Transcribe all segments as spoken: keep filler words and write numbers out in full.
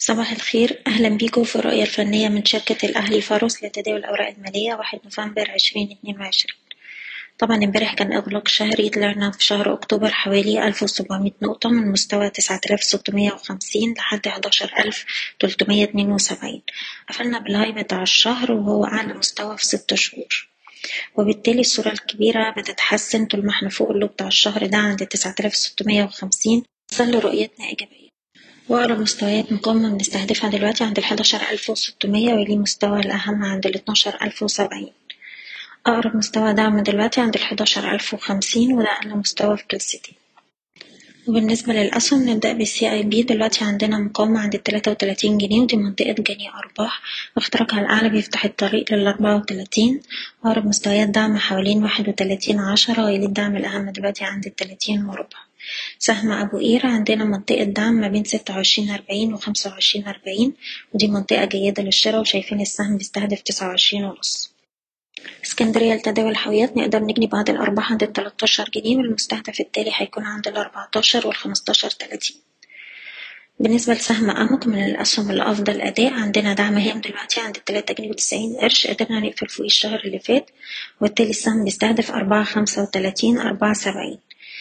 صباح الخير، أهلا بيكم في الرؤية الفنية من شركة الأهلي فاروس لتداول الأوراق المالية واحد نوفمبر عشرين اتنين وعشرين. طبعا امبارح كان إغلاق شهري، طلعنا في شهر أكتوبر حوالي ألف وسبعمية نقطة من مستوى تسعة آلاف ستمية وخمسين لحد حداشر ألف تلتمية اتنين وسبعين. قفلنا بالهاي بتاع الشهر وهو أعلى مستوى في ست شهور، وبالتالي الصورة الكبيرة بتتحسن طول ما احنا فوق اللو بتاع الشهر ده عند تسعة آلاف ستمية وخمسين. ظل رؤيتنا إيجابية، وأقرب مستويات مقاومة بنستهدفها دلوقتي عند الحداشر ألف وستمية، ويليه مستوى الأهم عند الاتناشر ألف وسبعين. أقرب مستوى دعم دلوقتي عند الحداشر ألف وخمسين، وده أقل مستوى في جلستين. وبالنسبة للأسهم نبدأ بالسي اي بي. دلوقتي عندنا مقاومة عند التلاتة وتلاتين جنيه، ودي منطقة جني أرباح، واختراقها الأعلى بيفتح الطريق للأربعة وتلاتين. أقرب مستويات دعم حوالين واحد وتلاتين عشرة، ويلي الدعم الأهم دلوقتي عند التلاتين وربع. سهم أبو قير عندنا منطقة دعم ما بين ستة وعشرين أربعين وخمسة وعشرين أربعين، ودي منطقة جيدة للشراء، وشايفين السهم بيستهدف تسعة وعشرين ونص. اسكندرية لتداول الحاويات نقدر نجني بعض الأرباح عند التلاتاشر جنيه، والمستهدف التالي هيكون عند الأربعتاشر والخمستاشر تلاتين. بالنسبة لسهم أمك من الأسهم الأفضل أداء، عندنا دعم هام دلوقتي عند التلاتة جنيه وتسعين قرش، قدرنا نقفل فوق الشهر اللي فات، وبالتالي السهم بيستهدف أربعة خمسة وتلاتين أربعة سبعين.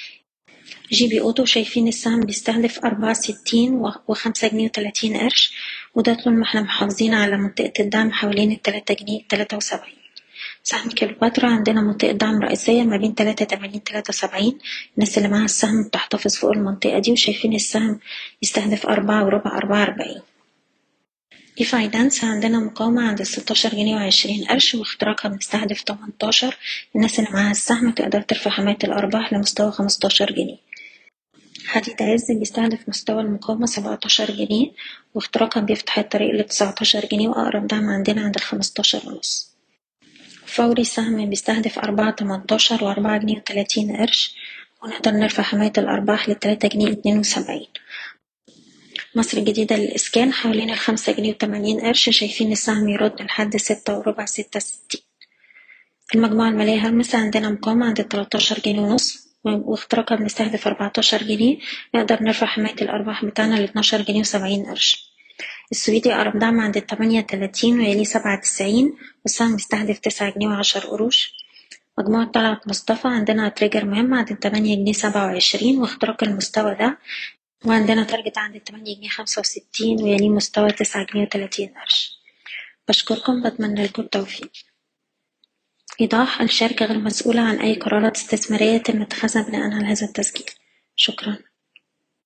جي بي أوتو شايفين السهم بيستهدف أربعة ستين وخمسة جنيه وتلاتين قرش، وده طول ما احنا محافظين على منطقة الدعم حوالين التلاتة جنيه تلاتة وسبعين. سهم كليوباترا عندنا منطقة دعم رئيسية ما بين تلاتة تمانين تلاتة سبعين، الناس اللي معاها السهم بتحتفظ فوق المنطقة دي، وشايفين السهم يستهدف أربعة وربع أربعة أربعين. اي فاينانس عندنا مقاومة عند الستاشر جنيه وعشرين قرش، واختراقها بنستهدف تمنتاشر، الناس اللي معاها السهم تقدر ترفع حماية الأرباح لمستوى خمستاشر جنيه. حديد عز بيستهدف مستوى المقاومة سبعتاشر جنيه، واختراقها بيفتح الطريق لتسعتاشر جنيه، وأقرب دعم عندنا عند الخمستاشر ونص. فوري سهم بيستهدف أربعة تمنتاشر وأربعة جنيه وتلاتين قرش، ونقدر نرفع حماية الأرباح لتلاتة جنيه اتنين وسبعين. مصر الجديدة للإسكان حوالين الخمسة جنيه وتمانين قرش، شايفين السهم يرد لحد ستة وربع ستة ستين. المجموعة المالية هرمس عندنا مقاومة عند التلاتاشر جنيه ونص، واختراقها بنستهدف أربعتاشر جنيه، نقدر نرفع حماية الأرباح بتاعنا لاتناشر جنيه وسبعين قرش. السويدي أقرب دعم عند التمانية تلاتين، ويليه سبعة تسعين، والسهم بيستهدف تسعة جنيه وعشر قروش. مجموعة طلعت مصطفى عندنا تريجر مهم عند التمانية جنيه سبعة وعشرين، واختراق المستوى ده، وعندنا تارجت عند التمانية جنيه خمسة وستين، ويليه مستوى تسعة جنيه وتلاتين قرش. بشكركم، بتمنى لكم التوفيق. إيضاح: الشركة غير مسؤولة عن أي قرارات استثمارية يتم اتخاذها بناءً على هذا التسجيل. شكراً.